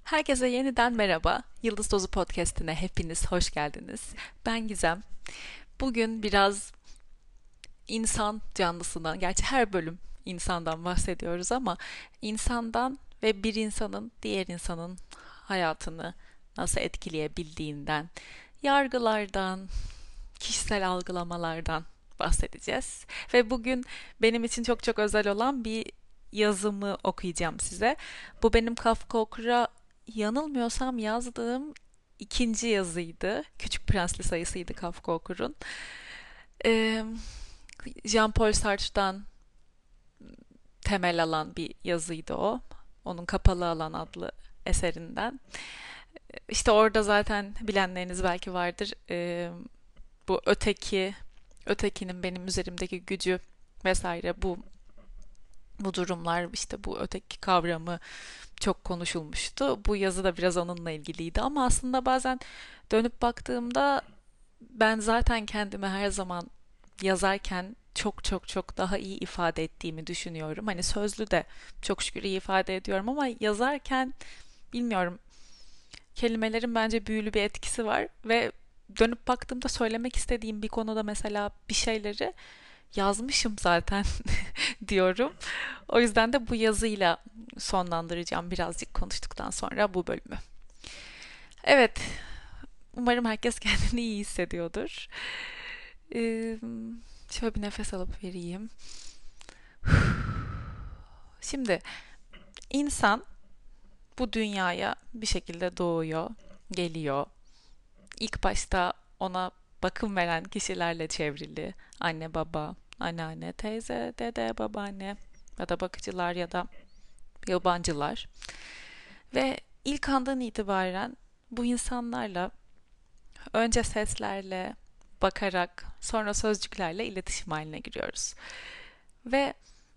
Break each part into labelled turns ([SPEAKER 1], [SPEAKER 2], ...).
[SPEAKER 1] Herkese yeniden merhaba. Yıldız Tozu Podcast'ine hepiniz hoş geldiniz. Ben Gizem. Bugün biraz insan canlısından, gerçi her bölüm insandan bahsediyoruz ama insandan ve bir insanın diğer insanın hayatını nasıl etkileyebildiğinden, yargılardan, kişisel algılamalardan bahsedeceğiz. Ve bugün benim için çok çok özel olan bir yazımı okuyacağım size. Bu benim Kafka Okur'a yanılmıyorsam yazdığım ikinci yazıydı. Küçük Prensli sayısıydı Kafka Okur'un. Ee, Jean-Paul Sartre'dan temel alan bir yazıydı o. Onun Kapalı Alan adlı eserinden. İşte orada zaten bilenleriniz belki vardır. Bu ötekinin benim üzerimdeki gücü vesaire bu durumlar işte bu öteki kavramı çok konuşulmuştu. Bu yazı da biraz onunla ilgiliydi ama aslında bazen dönüp baktığımda ben zaten kendimi her zaman yazarken çok çok çok daha iyi ifade ettiğimi düşünüyorum. Hani sözlü de çok şükür iyi ifade ediyorum ama yazarken bilmiyorum, kelimelerin bence büyülü bir etkisi var ve dönüp baktığımda söylemek istediğim bir konuda mesela bir şeyleri yazmışım zaten diyorum. O yüzden de bu yazıyla sonlandıracağım birazcık konuştuktan sonra bu bölümü. Evet, umarım herkes kendini iyi hissediyordur. Ee, Şöyle bir nefes alıp vereyim. Şimdi insan bu dünyaya bir şekilde doğuyor, geliyor. İlk başta ona bakım veren kişilerle çevrili. Anne, baba, anneanne, teyze, dede, babaanne ya da bakıcılar ya da yabancılar. Ve ilk andan itibaren bu insanlarla önce seslerle, bakarak, sonra sözcüklerle iletişim haline giriyoruz. Ve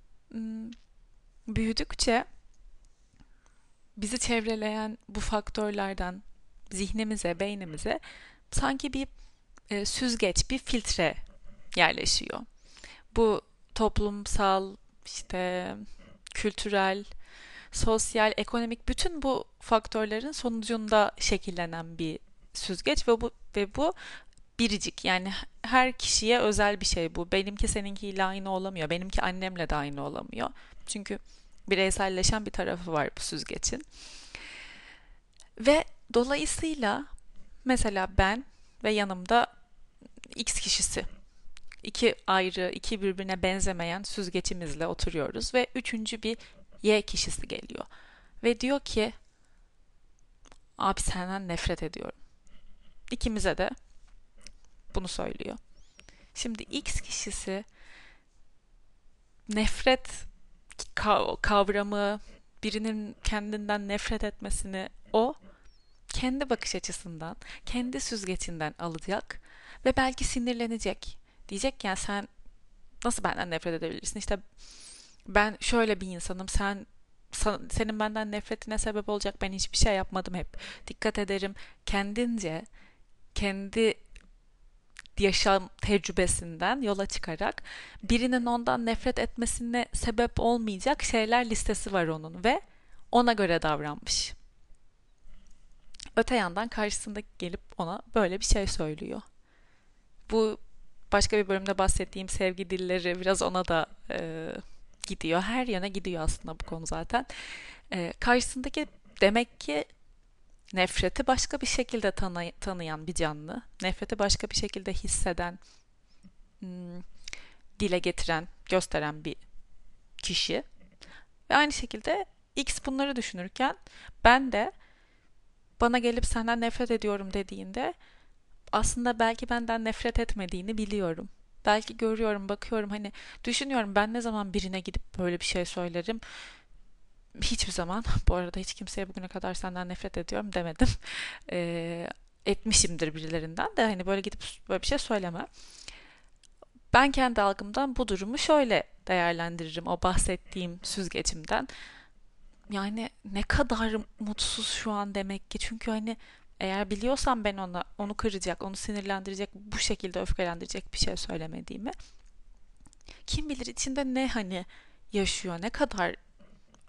[SPEAKER 1] büyüdükçe bizi çevreleyen bu faktörlerden zihnimize, beynimize sanki bir süzgeç, bir filtre yerleşiyor. Bu toplumsal, işte kültürel, sosyal, ekonomik bütün bu faktörlerin sonucunda şekillenen bir süzgeç ve bu biricik. Yani her kişiye özel bir şey bu. Benimki seninkiyle aynı olamıyor. Benimki annemle de aynı olamıyor. Çünkü bireyselleşen bir tarafı var bu süzgecin. Ve dolayısıyla mesela ben ve yanımda X kişisi, iki ayrı, iki birbirine benzemeyen süzgeçimizle oturuyoruz ve üçüncü bir Y kişisi geliyor. Ve diyor ki abi senden nefret ediyorum. İkimize de bunu söylüyor. Şimdi X kişisi nefret kavramı, birinin kendinden nefret etmesini o kendi bakış açısından, kendi süzgecinden alacak ve belki sinirlenecek. Diyecek yani sen nasıl benden nefret edebilirsin? İşte ben şöyle bir insanım, senin benden nefretine sebep olacak ben hiçbir şey yapmadım hep. Dikkat ederim kendince, kendi yaşam tecrübesinden yola çıkarak birinin ondan nefret etmesine sebep olmayacak şeyler listesi var onun ve ona göre davranmış. Öte yandan karşısındaki gelip ona böyle bir şey söylüyor. Bu başka bir bölümde bahsettiğim sevgi dilleri biraz ona da gidiyor. Her yöne gidiyor aslında bu konu zaten. Karşısındaki demek ki nefreti başka bir şekilde tanıyan bir canlı. Nefreti başka bir şekilde hisseden, hmm, dile getiren, gösteren bir kişi. Ve aynı şekilde X bunları düşünürken ben de bana gelip senden nefret ediyorum dediğinde aslında belki benden nefret etmediğini biliyorum. Belki görüyorum, bakıyorum hani düşünüyorum ben ne zaman birine gidip böyle bir şey söylerim. Hiçbir zaman bu arada hiç kimseye bugüne kadar senden nefret ediyorum demedim. Etmişimdir birilerinden de hani böyle gidip böyle bir şey söylemem. Ben kendi algımdan bu durumu şöyle değerlendiririm o bahsettiğim süzgecimden. Yani ne kadar mutsuz şu an demek ki. Çünkü hani eğer biliyorsam ben onu kıracak, onu sinirlendirecek, bu şekilde öfkelendirecek bir şey söylemediğimi, kim bilir içinde ne hani yaşıyor, ne kadar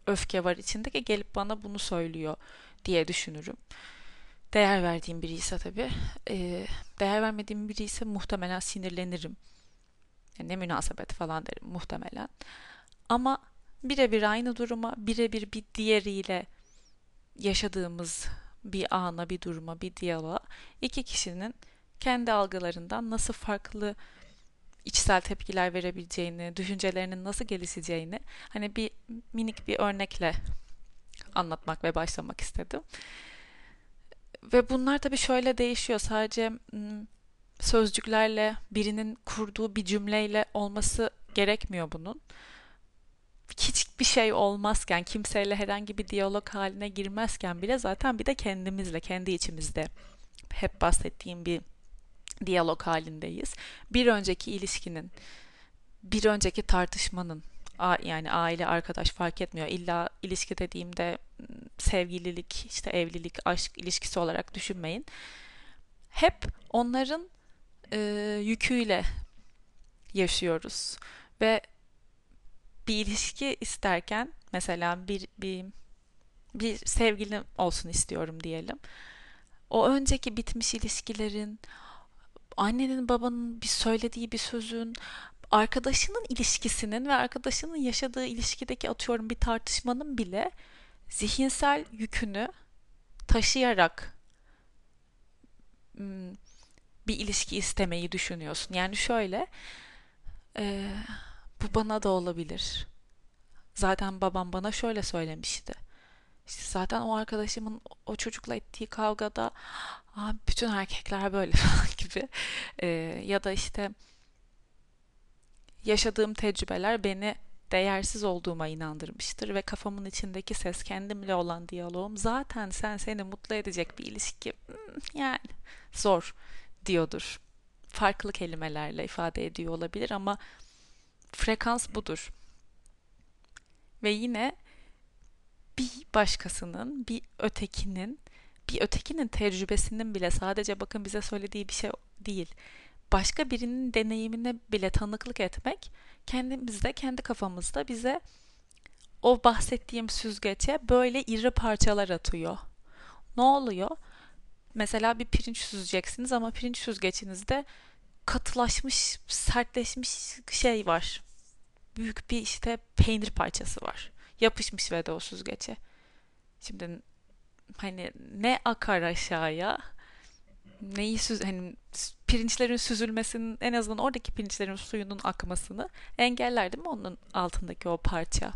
[SPEAKER 1] öfke var içinde ki gelip bana bunu söylüyor diye düşünürüm. Değer verdiğim biri ise tabii. Değer vermediğim biri ise muhtemelen sinirlenirim. Yani ne münasebet falan derim muhtemelen. Ama birebir aynı duruma, birebir bir diğeriyle yaşadığımız bir ana, bir duruma, bir diyaloğa iki kişinin kendi algılarından nasıl farklı içsel tepkiler verebileceğini, düşüncelerinin nasıl gelişeceğini hani bir minik bir örnekle anlatmak ve başlamak istedim. Ve bunlar tabii şöyle değişiyor. Sadece sözcüklerle birinin kurduğu bir cümleyle olması gerekmiyor bunun. Hiçbir şey olmazken, kimseyle herhangi bir diyalog haline girmezken bile zaten bir de kendimizle, kendi içimizde hep bahsettiğim bir diyalog halindeyiz. Bir önceki ilişkinin, bir önceki tartışmanın, yani aile, arkadaş fark etmiyor. İlla ilişki dediğimde sevgililik, işte evlilik, aşk ilişkisi olarak düşünmeyin. Hep onların yüküyle yaşıyoruz ve bir ilişki isterken mesela bir sevgilim olsun istiyorum diyelim. O önceki bitmiş ilişkilerin, annenin babanın bir söylediği bir sözün, arkadaşının ilişkisinin ve arkadaşının yaşadığı ilişkideki atıyorum bir tartışmanın bile zihinsel yükünü taşıyarak bir ilişki istemeyi düşünüyorsun. Yani şöyle, e, bu bana da olabilir. Zaten babam bana şöyle söylemişti. İşte zaten o arkadaşımın o çocukla ettiği kavgada bütün erkekler böyle falan gibi. Ee, Ya da işte yaşadığım tecrübeler beni değersiz olduğuma inandırmıştır ve kafamın içindeki ses kendimle olan diyaloğum zaten seni mutlu edecek bir ilişki yani zor diyordur. Farklı kelimelerle ifade ediyor olabilir ama frekans budur. Ve yine bir başkasının, bir ötekinin tecrübesinin bile sadece bakın bize söylediği bir şey değil. Başka birinin deneyimine bile tanıklık etmek kendimizde, kendi kafamızda bize o bahsettiğim süzgece böyle iri parçalar atıyor. Ne oluyor? Mesela bir pirinç süzeceksiniz ama pirinç süzgecinizde katılaşmış, sertleşmiş şey var. Büyük bir işte peynir parçası var. Yapışmış ve de o süzgece. Şimdi hani ne akar aşağıya, hani pirinçlerin süzülmesinin, en azından oradaki pirinçlerin suyunun akmasını engeller değil mi onun altındaki o parça?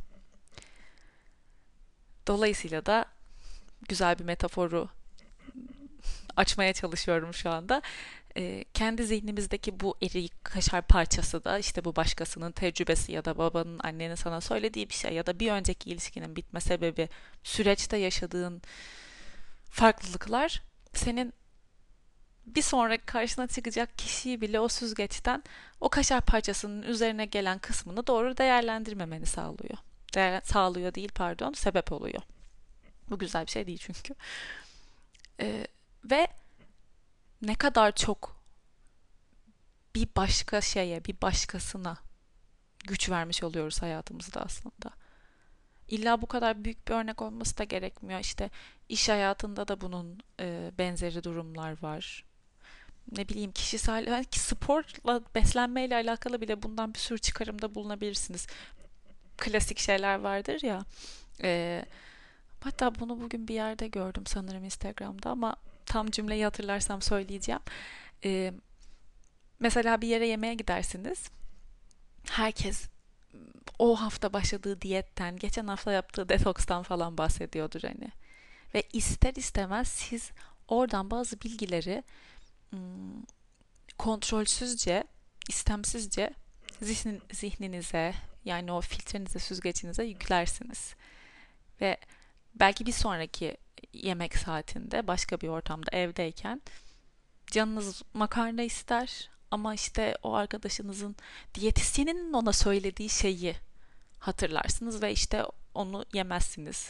[SPEAKER 1] Dolayısıyla da güzel bir metaforu açmaya çalışıyorum şu anda. Kendi zihnimizdeki bu erik kaşar parçası da işte bu başkasının tecrübesi ya da babanın, annenin sana söylediği bir şey ya da bir önceki ilişkinin bitme sebebi, süreçte yaşadığın farklılıklar senin bir sonraki karşına çıkacak kişiyi bile o süzgeçten o kaşar parçasının üzerine gelen kısmını doğru değerlendirmemeni sağlıyor. Sağlıyor değil pardon, sebep oluyor. Bu güzel bir şey değil çünkü. Ve ne kadar çok bir başka şeye, bir başkasına güç vermiş oluyoruz hayatımızda aslında. İlla bu kadar büyük bir örnek olması da gerekmiyor. İşte iş hayatında da bunun benzeri durumlar var. Ne bileyim kişisel, belki sporla, beslenmeyle alakalı bile bundan bir sürü çıkarımda bulunabilirsiniz. Klasik şeyler vardır ya. E, Hatta bunu bugün bir yerde gördüm sanırım Instagram'da ama tam cümleyi hatırlarsam söyleyeceğim. E, Mesela bir yere yemeğe gidersiniz. Herkes o hafta başladığı diyetten, geçen hafta yaptığı detokstan falan bahsediyordur hani. Ve ister istemez siz oradan bazı bilgileri hmm, kontrolsüzce, istemsizce zihninize, yani o filtrenize, süzgecinize yüklersiniz. Ve belki bir sonraki yemek saatinde başka bir ortamda evdeyken canınız makarna ister ama işte o arkadaşınızın diyetisyeninin ona söylediği şeyi hatırlarsınız ve işte onu yemezsiniz.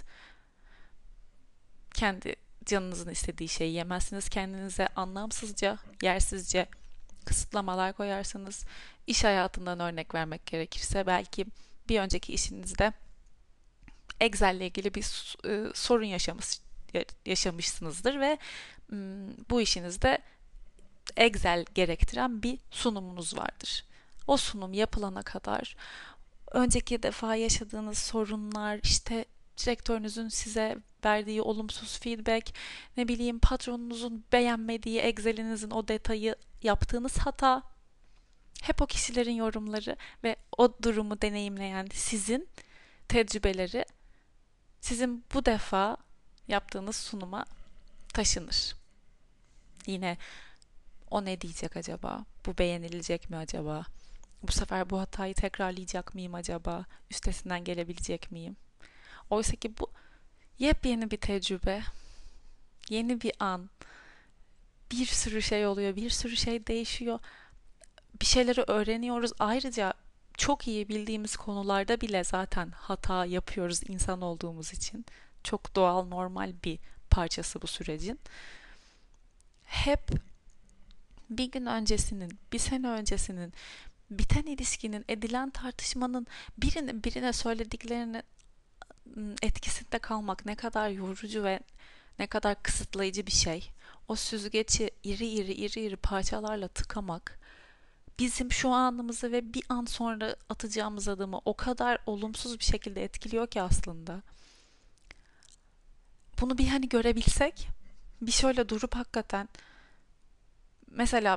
[SPEAKER 1] Kendi canınızın istediği şeyi yemezsiniz. Kendinize anlamsızca, yersizce kısıtlamalar koyarsınız. İş hayatından örnek vermek gerekirse belki bir önceki işinizde Excel'le ilgili bir sorun yaşamışsınızdır ve bu işinizde Excel gerektiren bir sunumunuz vardır. O sunum yapılana kadar önceki defa yaşadığınız sorunlar, işte direktörünüzün size verdiği olumsuz feedback, ne bileyim patronunuzun beğenmediği Excel'inizin o detayı, yaptığınız hata, hep o kişilerin yorumları ve o durumu deneyimleyen sizin tecrübeleri sizin bu defa yaptığınız sunuma taşınır. Yine o ne diyecek acaba? Bu beğenilecek mi acaba? Bu sefer bu hatayı tekrarlayacak mıyım acaba? Üstesinden gelebilecek miyim? Oysa ki bu yepyeni bir tecrübe, yeni bir an. Bir sürü şey oluyor, bir sürü şey değişiyor. Bir şeyleri öğreniyoruz. Ayrıca çok iyi bildiğimiz konularda bile zaten hata yapıyoruz insan olduğumuz için. Çok doğal, normal bir parçası bu sürecin. Hep bir gün öncesinin, bir sene öncesinin, biten ilişkinin, edilen tartışmanın, birinin birine söylediklerinin etkisinde kalmak ne kadar yorucu ve ne kadar kısıtlayıcı bir şey. O süzgeci iri iri parçalarla tıkamak bizim şu anımızı ve bir an sonra atacağımız adımı o kadar olumsuz bir şekilde etkiliyor ki aslında. Bunu bir hani görebilsek, bir şöyle durup hakikaten mesela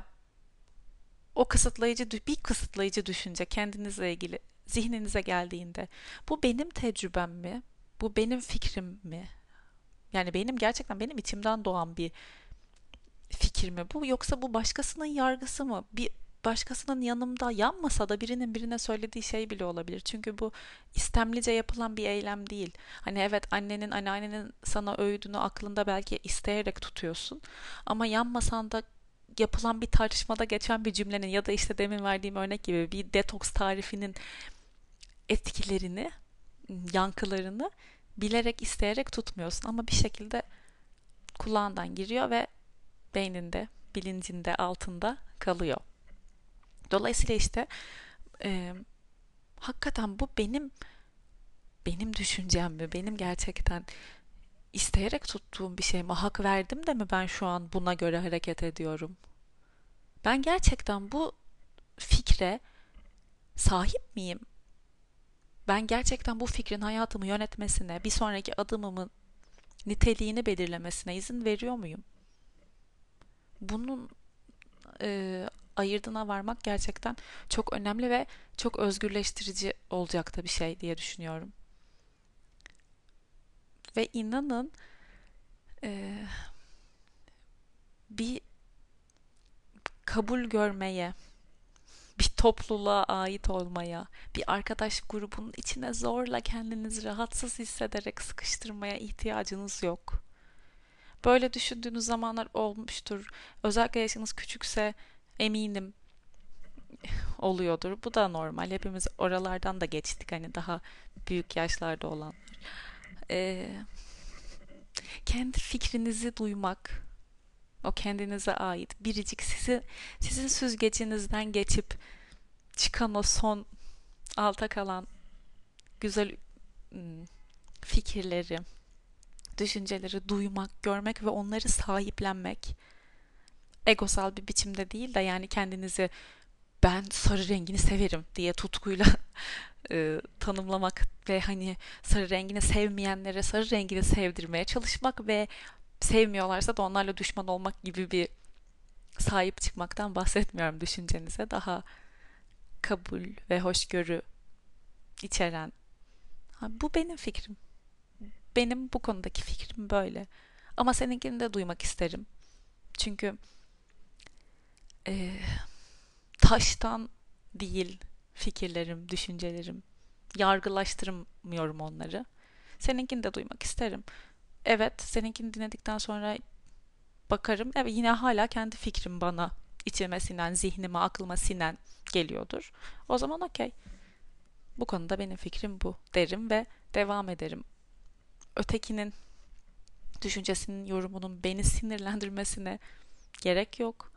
[SPEAKER 1] bir kısıtlayıcı düşünce kendinizle ilgili zihninize geldiğinde bu benim tecrübem mi? Bu benim fikrim mi? Yani gerçekten benim içimden doğan bir fikir mi bu, yoksa bu başkasının yargısı mı? Bir başkasının yanımda, yan masada birinin birine söylediği şey bile olabilir. Çünkü bu istemlice yapılan bir eylem değil. Hani evet, anneannenin sana öğüdünü aklında belki isteyerek tutuyorsun. Ama yan masanda yapılan bir tartışmada geçen bir cümlenin ya da işte demin verdiğim örnek gibi bir detoks tarifinin etkilerini, yankılarını bilerek, isteyerek tutmuyorsun. Ama bir şekilde kulağından giriyor ve beyninde, bilincinde, altında kalıyor. Dolayısıyla işte e, hakikaten bu benim düşüncem mi? Benim gerçekten isteyerek tuttuğum bir şey mi? Hak verdim de mi ben şu an buna göre hareket ediyorum? Ben gerçekten bu fikre sahip miyim? Ben gerçekten bu fikrin hayatımı yönetmesine, bir sonraki adımımın niteliğini belirlemesine izin veriyor muyum? Bunun ayırdına varmak gerçekten çok önemli ve çok özgürleştirici olacak da bir şey diye düşünüyorum. Ve inanın e, bir kabul görmeye, bir topluluğa ait olmaya, bir arkadaş grubunun içine zorla kendinizi rahatsız hissederek sıkıştırmaya ihtiyacınız yok. Böyle düşündüğünüz zamanlar olmuştur. Özellikle yaşınız küçükse eminim oluyordur. Bu da normal. Hepimiz oralardan da geçtik. Hani daha büyük yaşlarda olan. Ee, Kendi fikrinizi duymak, o kendinize ait biricik sizin süzgecinizden geçip çıkan o son alta kalan güzel fikirleri, düşünceleri duymak, görmek ve onları sahiplenmek. Egosal bir biçimde değil de, yani kendinizi ben sarı rengini severim diye tutkuyla tanımlamak ve hani sarı rengini sevmeyenlere sarı rengini sevdirmeye çalışmak ve sevmiyorlarsa da onlarla düşman olmak gibi bir sahip çıkmaktan bahsetmiyorum düşüncenize. Daha kabul ve hoşgörü içeren. Ha, bu benim fikrim. Benim bu konudaki fikrim böyle. Ama seninkini de duymak isterim. Çünkü e, taştan değil fikirlerim, düşüncelerim. Yargılaştırmıyorum onları. Seninkini de duymak isterim. Evet, seninkini dinledikten sonra bakarım. Evet, yine hala kendi fikrim bana içime sinen, zihnime, aklıma sinen geliyordur. O zaman okey. Bu konuda benim fikrim bu derim ve devam ederim. Ötekinin düşüncesinin, yorumunun beni sinirlendirmesine gerek yok.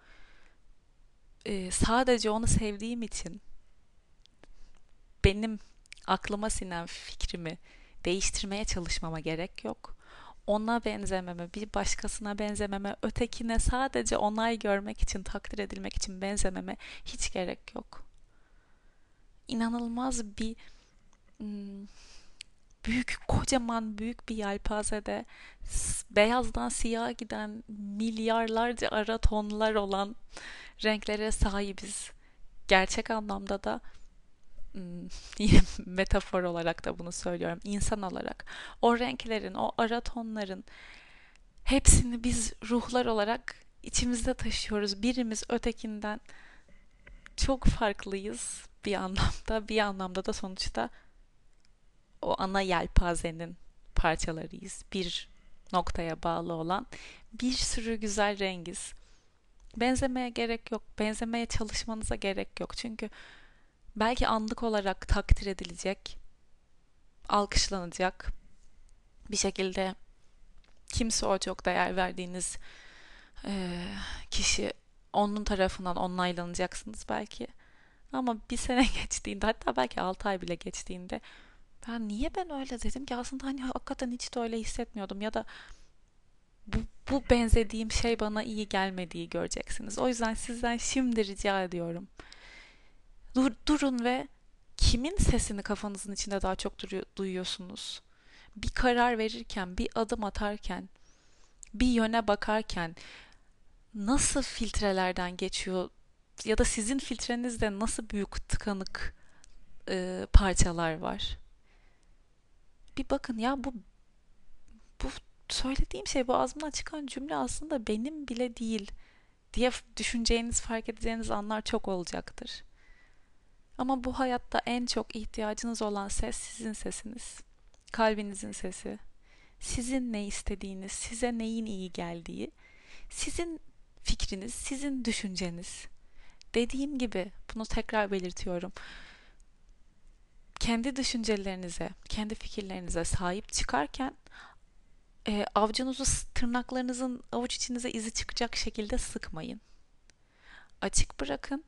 [SPEAKER 1] Sadece onu sevdiğim için benim aklıma sinen fikrimi Değiştirmeye çalışmama gerek yok. Ona benzememe, bir başkasına benzememe, ötekine sadece onay görmek için, takdir edilmek için benzememe hiç gerek yok. İnanılmaz bir hmm, büyük, kocaman büyük bir yelpazede beyazdan siyaha giden milyarlarca ara tonlar olan renklere sahibiz. Gerçek anlamda da yine metafor olarak da bunu söylüyorum. İnsan olarak o renklerin, o ara tonların hepsini biz ruhlar olarak içimizde taşıyoruz. Birimiz ötekinden çok farklıyız bir anlamda. Bir anlamda da sonuçta o ana yelpazenin parçalarıyız. Bir noktaya bağlı olan bir sürü güzel rengiz. Benzemeye gerek yok. Benzemeye çalışmanıza gerek yok. Çünkü belki anlık olarak takdir edilecek, alkışlanacak bir şekilde kimse o çok değer verdiğiniz kişi onun tarafından onaylanacaksınız belki. Ama bir sene geçtiğinde, hatta belki 6 ay bile geçtiğinde niye ben öyle dedim ki, aslında hani hakikaten hiç de öyle hissetmiyordum ya da bu, bu benzediğim şey bana iyi gelmediği göreceksiniz. O yüzden sizden şimdi rica ediyorum. Durun ve kimin sesini kafanızın içinde daha çok duyuyorsunuz? Bir karar verirken, bir adım atarken, bir yöne bakarken nasıl filtrelerden geçiyor ya da sizin filtrenizde nasıl büyük tıkanık parçalar var? Bir bakın ya, bu söylediğim şey, bu ağzımdan çıkan cümle aslında benim bile değil diye düşüneceğiniz, fark edeceğiniz anlar çok olacaktır. Ama bu hayatta en çok ihtiyacınız olan ses sizin sesiniz. Kalbinizin sesi. Sizin ne istediğiniz, size neyin iyi geldiği, sizin fikriniz, sizin düşünceniz. Dediğim gibi, bunu tekrar belirtiyorum. Kendi düşüncelerinize, kendi fikirlerinize sahip çıkarken avucunuzu tırnaklarınızın avuç içinize izi çıkacak şekilde sıkmayın. Açık bırakın.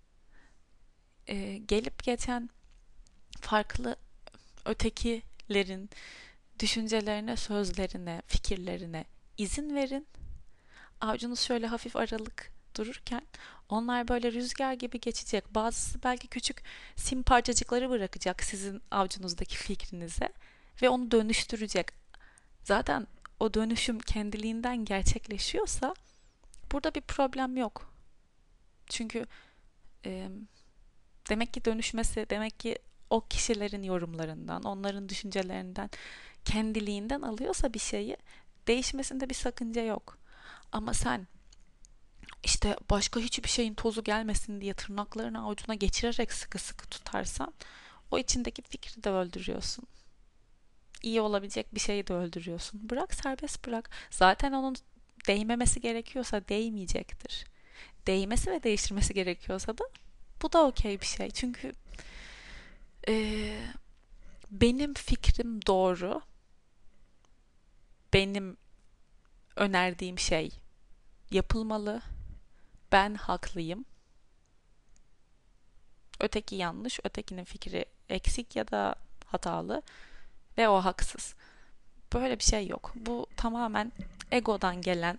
[SPEAKER 1] Gelip geçen farklı ötekilerin düşüncelerine, sözlerine, fikirlerine izin verin. Avucunuz şöyle hafif aralık dururken onlar böyle rüzgar gibi geçecek. Bazısı belki küçük sim parçacıkları bırakacak sizin avucunuzdaki fikrinize ve onu dönüştürecek. Zaten o dönüşüm kendiliğinden gerçekleşiyorsa burada bir problem yok. Çünkü e, demek ki dönüşmesi, demek ki o kişilerin yorumlarından, onların düşüncelerinden, kendiliğinden alıyorsa bir şeyi, değişmesinde bir sakınca yok. Ama sen işte başka hiçbir şeyin tozu gelmesin diye tırnaklarını avucuna geçirerek sıkı sıkı tutarsan o içindeki fikri de öldürüyorsun. İyi olabilecek bir şeyi de öldürüyorsun. Bırak, serbest bırak. Zaten onun değmemesi gerekiyorsa değmeyecektir. Değmesi ve değiştirmesi gerekiyorsa da bu da okey bir şey. Çünkü eee, benim fikrim doğru. Benim önerdiğim şey yapılmalı. Ben haklıyım. Öteki yanlış, ötekinin fikri eksik ya da hatalı ve o haksız. Böyle bir şey yok. Bu tamamen egodan gelen,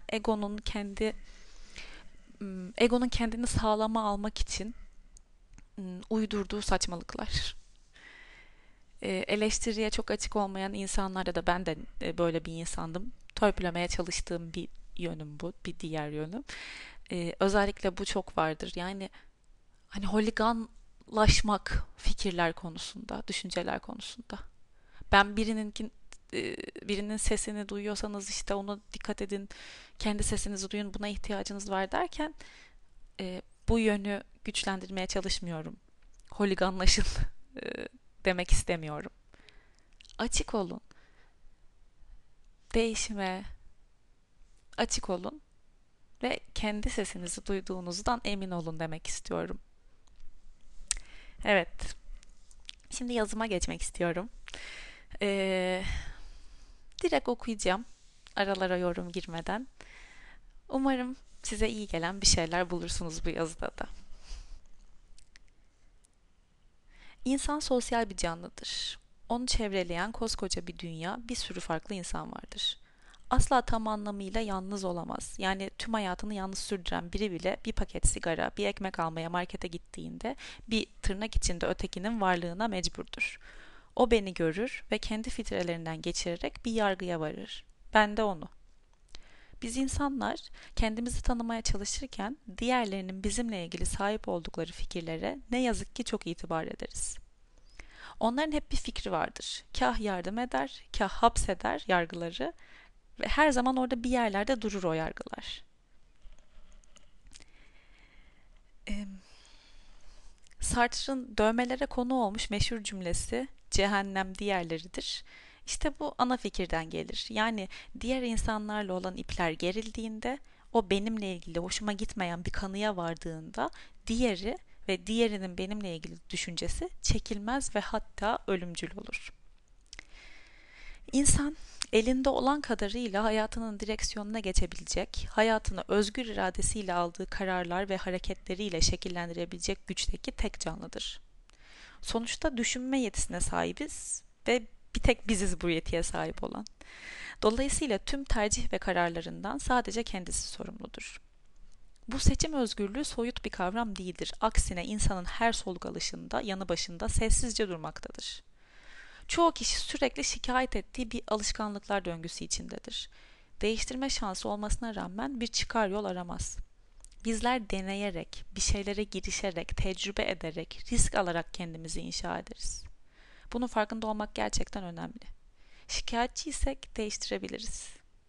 [SPEAKER 1] egonun kendini sağlama almak için uydurduğu saçmalıklar. Eleştiriye çok açık olmayan insanlarda da ben de böyle bir insandım. Törpülemeye çalıştığım bir yönüm bu, bir diğer yönüm. Özellikle bu çok vardır. Yani hani holiganlaşmak fikirler konusunda, düşünceler konusunda. Ben birinin sesini duyuyorsanız işte ona dikkat edin, kendi sesinizi duyun, buna ihtiyacınız var derken bu yönü güçlendirmeye çalışmıyorum. Holiganlaşın e, demek istemiyorum. Açık olun, değişime açık olun ve kendi sesinizi duyduğunuzdan emin olun demek istiyorum. Evet, şimdi yazıma geçmek istiyorum. Ee, Direkt okuyacağım, aralara yorum girmeden. Umarım size iyi gelen bir şeyler bulursunuz bu yazıda da. İnsan sosyal bir canlıdır. Onu çevreleyen koskoca bir dünya, bir sürü farklı insan vardır. Asla tam anlamıyla yalnız olamaz. Yani tüm hayatını yalnız sürdüren biri bile bir paket sigara, bir ekmek almaya markete gittiğinde bir tırnak içinde ötekinin varlığına mecburdur. O beni görür ve kendi filtrelerinden geçirerek bir yargıya varır. Ben de onu. Biz insanlar kendimizi tanımaya çalışırken diğerlerinin bizimle ilgili sahip oldukları fikirlere ne yazık ki çok itibar ederiz. Onların hep bir fikri vardır. Kah yardım eder, kah hapseder yargıları ve her zaman orada bir yerlerde durur o yargılar. Sartre'ın dövmelere konu olmuş meşhur cümlesi cehennem diğerleridir. İşte bu ana fikirden gelir. Yani diğer insanlarla olan ipler gerildiğinde, o benimle ilgili hoşuma gitmeyen bir kanıya vardığında diğeri ve diğerinin benimle ilgili düşüncesi çekilmez ve hatta ölümcül olur. İnsan elinde olan kadarıyla hayatının direksiyonuna geçebilecek, hayatını özgür iradesiyle aldığı kararlar ve hareketleriyle şekillendirebilecek güçteki tek canlıdır. Sonuçta düşünme yetisine sahibiz ve bir tek biziz bu yetiye sahip olan. Dolayısıyla tüm tercih ve kararlarından sadece kendisi sorumludur. Bu seçim özgürlüğü soyut bir kavram değildir. Aksine insanın her soluk alışında, yanı başında sessizce durmaktadır. Çoğu kişi sürekli şikayet ettiği bir alışkanlıklar döngüsü içindedir. Değiştirme şansı olmasına rağmen bir çıkar yol aramaz. Bizler deneyerek, bir şeylere girişerek, tecrübe ederek, risk alarak kendimizi inşa ederiz. Bunun farkında olmak gerçekten önemli. Şikayetçiysek değiştirebiliriz.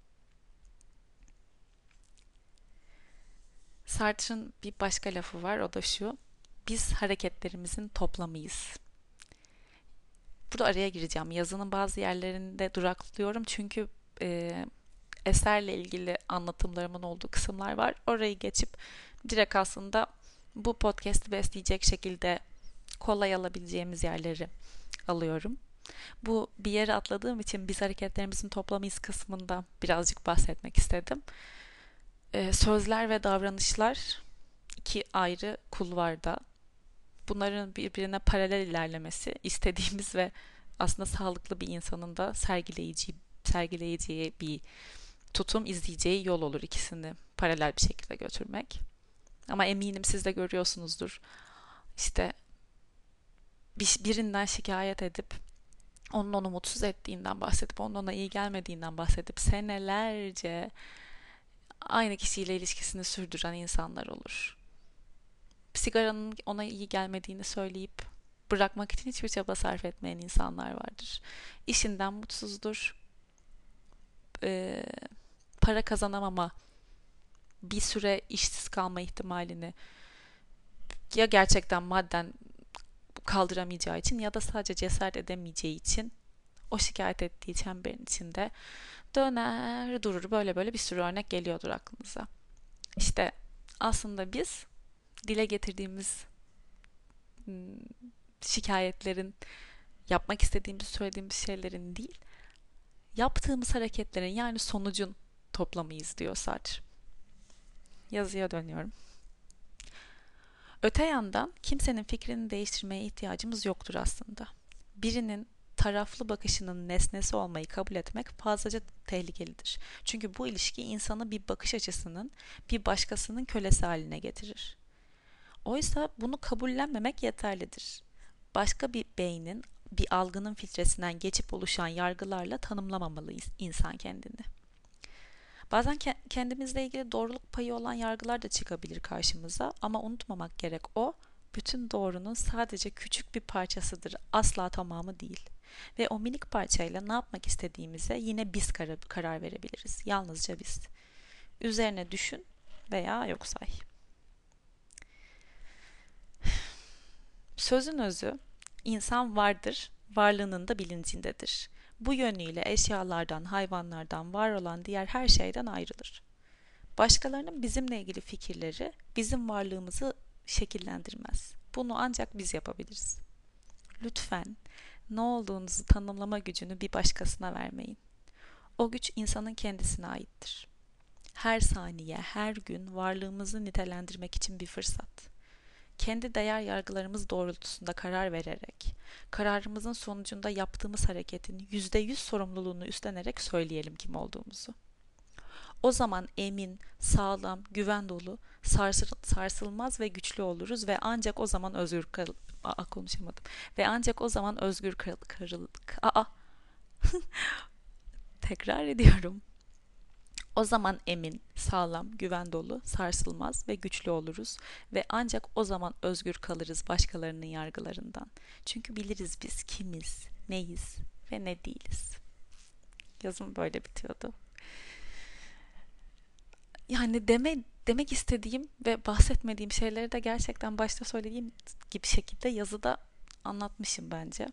[SPEAKER 1] Sartre'ın bir başka lafı var, o da şu: biz hareketlerimizin toplamıyız. Burada araya gireceğim. Yazının bazı yerlerinde duraklıyorum çünkü e, eserle ilgili anlatımlarımın olduğu kısımlar var. Orayı geçip direkt aslında bu podcast'i besleyecek şekilde kolay alabileceğimiz yerleri alıyorum. Bu bir yere atladığım için biz hareketlerimizin toplamıyız kısmında birazcık bahsetmek istedim. Sözler ve davranışlar iki ayrı kulvarda. Bunların birbirine paralel ilerlemesi istediğimiz ve aslında sağlıklı bir insanın da sergileyeceği bir tutum, izleyeceği yol olur ikisini paralel bir şekilde götürmek. Ama eminim siz de görüyorsunuzdur. İşte birinden şikayet edip onun onu mutsuz ettiğinden bahsedip onun ona iyi gelmediğinden bahsedip senelerce aynı kişiyle ilişkisini sürdüren insanlar olur. Sigaranın ona iyi gelmediğini söyleyip bırakmak için hiçbir çaba sarf etmeyen insanlar vardır. İşinden mutsuzdur. Ee, Para kazanamama, bir süre işsiz kalma ihtimalini ya gerçekten madden kaldıramayacağı için ya da sadece cesaret edemeyeceği için o şikayet ettiği çemberin içinde döner durur. Böyle böyle bir sürü örnek geliyordur aklınıza. İşte aslında biz dile getirdiğimiz şikayetlerin, yapmak istediğimiz, söylediğimiz şeylerin değil, yaptığımız hareketlerin yani sonucun toplamıyız diyor Sartre. Yazıya dönüyorum. Öte yandan kimsenin fikrini değiştirmeye ihtiyacımız yoktur aslında. Birinin taraflı bakışının nesnesi olmayı kabul etmek fazlaca tehlikelidir. Çünkü bu ilişki insanı bir bakış açısının, bir başkasının kölesi haline getirir. Oysa bunu kabullenmemek yeterlidir. Başka bir beynin, bir algının filtresinden geçip oluşan yargılarla tanımlamamalı insan kendini. Bazen kendimizle ilgili doğruluk payı olan yargılar da çıkabilir karşımıza ama unutmamak gerek, o bütün doğrunun sadece küçük bir parçasıdır, asla tamamı değil. Ve o minik parçayla ne yapmak istediğimize yine biz karar verebiliriz, yalnızca biz. Üzerine düşün veya yok say. Sözün özü, insan vardır, varlığının da bilincindedir. Bu yönüyle eşyalardan, hayvanlardan, var olan diğer her şeyden ayrılır. Başkalarının bizimle ilgili fikirleri bizim varlığımızı şekillendirmez. Bunu ancak biz yapabiliriz. Lütfen ne olduğunuzu tanımlama gücünü bir başkasına vermeyin. O güç insanın kendisine aittir. Her saniye, her gün varlığımızı nitelendirmek için bir fırsat. kendi değer yargılarımız doğrultusunda karar vererek, kararımızın sonucunda yaptığımız hareketin %100 sorumluluğunu üstlenerek söyleyelim kim olduğumuzu. O zaman emin, sağlam, güven dolu, sarsılmaz ve güçlü oluruz ve ancak o zaman konuşamadım. Ve ancak o zaman tekrar ediyorum. O zaman emin, sağlam, güven dolu, sarsılmaz ve güçlü oluruz ve ancak o zaman özgür kalırız başkalarının yargılarından. Çünkü biliriz biz kimiz, neyiz ve ne değiliz. Yazım böyle bitiyordu. Yani demek istediğim ve bahsetmediğim şeyleri de gerçekten başta söylediğim gibi şekilde yazıda anlatmışım bence.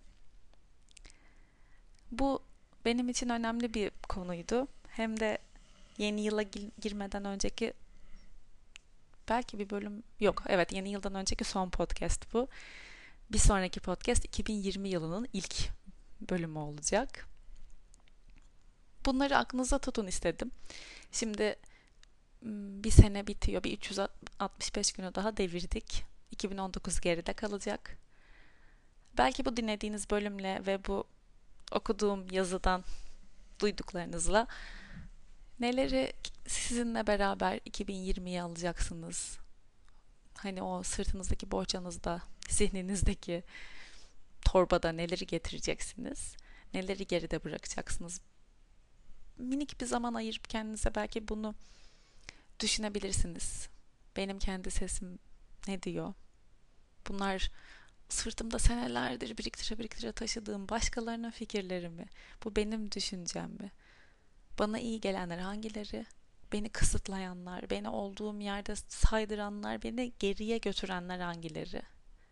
[SPEAKER 1] Bu benim için önemli bir konuydu. Hem de yeni yıla girmeden önceki belki bir bölüm yok. Evet, yeni yıldan önceki son podcast bu. Bir sonraki podcast 2020 yılının ilk bölümü olacak. Bunları aklınıza tutun istedim. Şimdi bir sene bitiyor. Bir 365 günü daha devirdik. 2019 geride kalacak. Belki bu dinlediğiniz bölümle ve bu okuduğum yazıdan duyduklarınızla neleri sizinle beraber 2020'ye alacaksınız? Hani o sırtınızdaki bohçanızda, zihninizdeki torbada neleri getireceksiniz? Neleri geride bırakacaksınız? Minik bir zaman ayırıp kendinize belki bunu düşünebilirsiniz. Benim kendi sesim ne diyor? Bunlar sırtımda senelerdir biriktire taşıdığım başkalarının fikirleri mi? Bu benim düşüncem mi? Bana iyi gelenler hangileri? Beni kısıtlayanlar, beni olduğum yerde saydıranlar, beni geriye götürenler hangileri?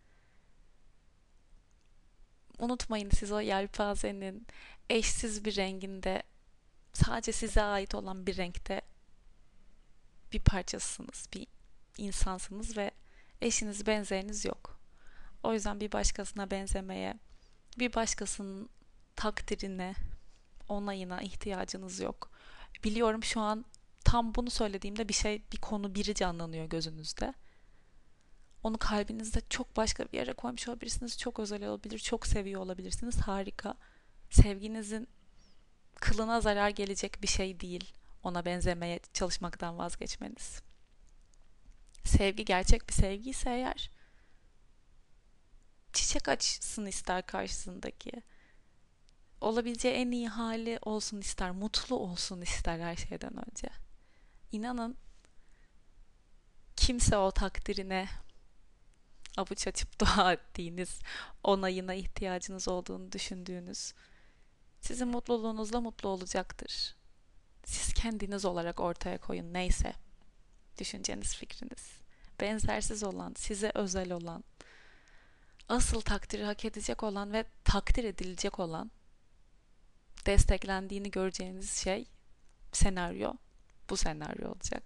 [SPEAKER 1] Unutmayın, siz o yelpazenin eşsiz bir renginde, sadece size ait olan bir renkte bir parçasısınız, bir insansınız ve eşiniz, benzeriniz yok. O yüzden bir başkasına benzemeye, bir başkasının takdirine, onayına ihtiyacınız yok. Biliyorum şu an tam bunu söylediğimde bir konu, biri canlanıyor gözünüzde. Onu kalbinizde çok başka bir yere koymuş olabilirsiniz. Çok özel olabilir, çok seviyor olabilirsiniz. Harika. Sevginizin kılına zarar gelecek bir şey değil. Ona benzemeye çalışmaktan vazgeçmeniz. Sevgi gerçek bir sevgi ise eğer, çiçek açsın ister karşısındaki. Olabileceği en iyi hali olsun ister, mutlu olsun ister her şeyden önce. İnanın kimse o takdirine avuç açıp dua ettiğiniz, onayına ihtiyacınız olduğunu düşündüğünüz, sizin mutluluğunuzla mutlu olacaktır. Siz kendiniz olarak ortaya koyun neyse. Düşünceniz, fikriniz. Benzersiz olan, size özel olan, asıl takdiri hak edecek olan ve takdir edilecek olan, desteklendiğini göreceğiniz senaryo, bu senaryo olacak.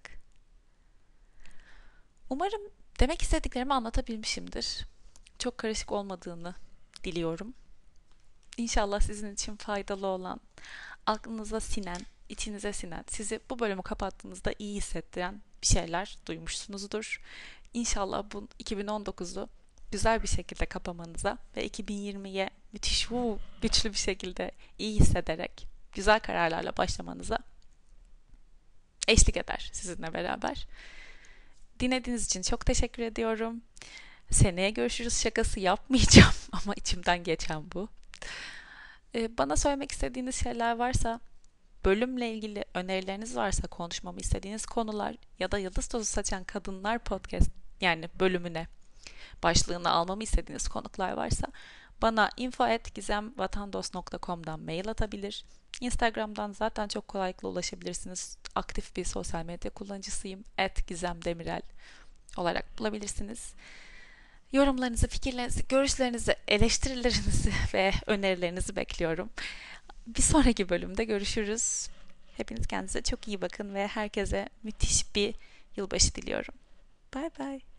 [SPEAKER 1] Umarım demek istediklerimi anlatabilmişimdir. Çok karışık olmadığını diliyorum. İnşallah sizin için faydalı olan, aklınıza sinen, içinize sinen, sizi bu bölümü kapattığınızda iyi hissettiren bir şeyler duymuşsunuzdur. İnşallah bu 2019'u güzel bir şekilde kapamanıza ve 2020'ye müthiş güçlü bir şekilde iyi hissederek güzel kararlarla başlamanıza eşlik eder sizinle beraber. Dinlediğiniz için çok teşekkür ediyorum. Seneye görüşürüz şakası yapmayacağım ama içimden geçen bu. Bana söylemek istediğiniz şeyler varsa, bölümle ilgili önerileriniz varsa, konuşmamı istediğiniz konular ya da Yıldız Tozu Saçan Kadınlar Podcast yani bölümüne başlığını almamı istediğiniz konuklar varsa bana info@gizemvatandos.com'dan mail atabilir. Instagram'dan zaten çok kolaylıkla ulaşabilirsiniz. Aktif bir sosyal medya kullanıcısıyım. @gizemdemirel olarak bulabilirsiniz. Yorumlarınızı, fikirlerinizi, görüşlerinizi, eleştirilerinizi ve önerilerinizi bekliyorum. Bir sonraki bölümde görüşürüz. Hepiniz kendinize çok iyi bakın ve herkese müthiş bir yılbaşı diliyorum. Bye bye.